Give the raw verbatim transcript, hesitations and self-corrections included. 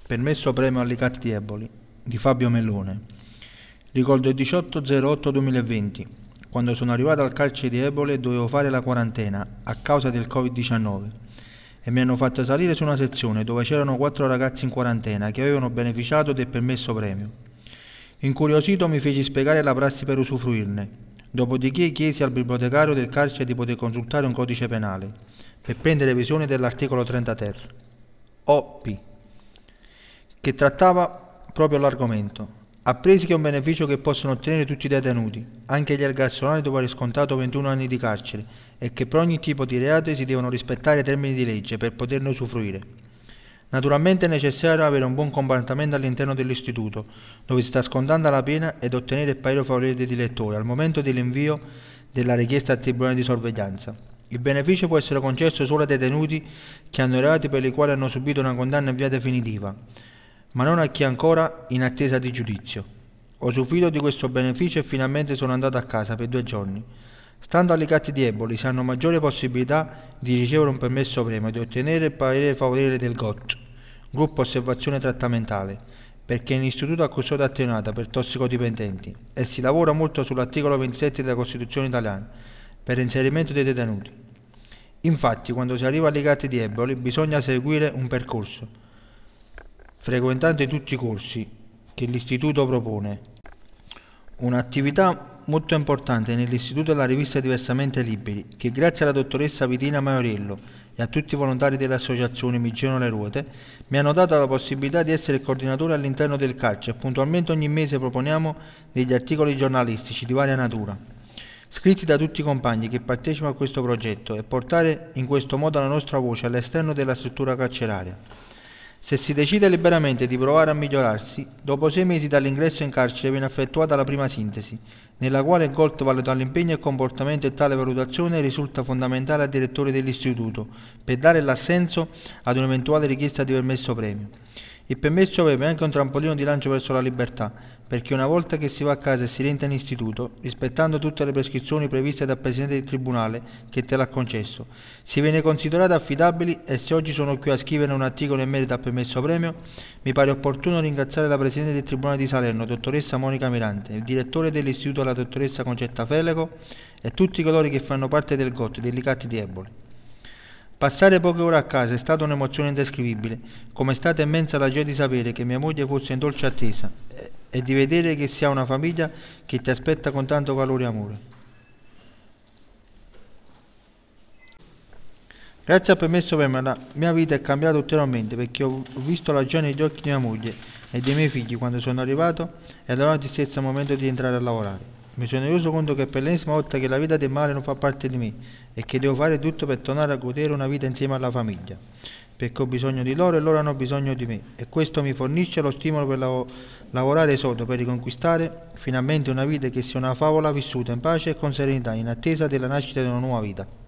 Permesso premio Alicatti di Eboli di Fabio Mellone. Ricordo il diciotto zero otto duemilaventi, quando sono arrivato al carcere di Eboli e dovevo fare la quarantena a causa del covid diciannove e mi hanno fatto salire su una sezione dove c'erano quattro ragazzi in quarantena che avevano beneficiato del permesso premio. Incuriosito mi feci spiegare la prassi per usufruirne, dopodiché chiesi al bibliotecario del carcere di poter consultare un codice penale per prendere visione dell'articolo trenta ter O P, che trattava proprio l'argomento. Appresi che è un beneficio che possono ottenere tutti i detenuti, anche gli ergastolani dopo aver scontato ventuno anni di carcere, e che per ogni tipo di reato si devono rispettare i termini di legge per poterne usufruire. Naturalmente è necessario avere un buon comportamento all'interno dell'istituto, dove si sta scontando la pena, ed ottenere il parere favorevole dei direttori al momento dell'invio della richiesta al tribunale di sorveglianza. Il beneficio può essere concesso solo ai detenuti che hanno reati per i quali hanno subito una condanna in via definitiva, ma non a chi è ancora in attesa di giudizio. Ho usufruito di questo beneficio e finalmente sono andato a casa per due giorni. Stando alle Alicatti di Eboli si hanno maggiori possibilità di ricevere un permesso premio e di ottenere il parere favorevole del G O T, Gruppo Osservazione Trattamentale, perché è un istituto a custodia attenuata per tossicodipendenti e si lavora molto sull'articolo ventisette della Costituzione italiana per l'inserimento dei detenuti. Infatti, quando si arriva alle Alicatti di Eboli bisogna seguire un percorso, frequentando tutti i corsi che l'istituto propone. Un'attività molto importante nell'istituto è la rivista Diversamente Liberi, che grazie alla dottoressa Vitina Maiorello e a tutti i volontari dell'associazione Mi girano le ruote mi hanno dato la possibilità di essere coordinatore all'interno del carcere. Puntualmente ogni mese proponiamo degli articoli giornalistici di varia natura, scritti da tutti i compagni che partecipano a questo progetto, e portare in questo modo la nostra voce all'esterno della struttura carceraria. Se si decide liberamente di provare a migliorarsi, dopo sei mesi dall'ingresso in carcere viene effettuata la prima sintesi, nella quale il G O T valuta l'impegno e il comportamento, e tale valutazione risulta fondamentale al direttore dell'istituto per dare l'assenso ad un'eventuale richiesta di permesso premio. Il permesso premio è anche un trampolino di lancio verso la libertà, perché una volta che si va a casa e si rientra in istituto, rispettando tutte le prescrizioni previste dal Presidente del Tribunale che te l'ha concesso, si viene considerati affidabili. E se oggi sono qui a scrivere un articolo in merito al permesso premio, mi pare opportuno ringraziare la Presidente del Tribunale di Salerno, dottoressa Monica Mirante, il direttore dell'istituto, la dottoressa Concetta Feleco, e tutti coloro che fanno parte del G O T, dei Alicatti di Eboli. Passare poche ore a casa è stata un'emozione indescrivibile, come è stata immensa la gioia di sapere che mia moglie fosse in dolce attesa e di vedere che si ha una famiglia che ti aspetta con tanto calore e amore. Grazie al permesso premio la mia vita è cambiata ulteriormente, perché ho visto la gioia negli occhi di mia moglie e dei miei figli quando sono arrivato e allora la tristezza al momento di entrare a lavorare. Mi sono reso conto che per l'ennesima volta che la vita del male non fa parte di me e che devo fare tutto per tornare a godere una vita insieme alla famiglia, perché ho bisogno di loro e loro hanno bisogno di me, e questo mi fornisce lo stimolo per lav- lavorare sodo per riconquistare finalmente una vita che sia una favola vissuta in pace e con serenità, in attesa della nascita di una nuova vita.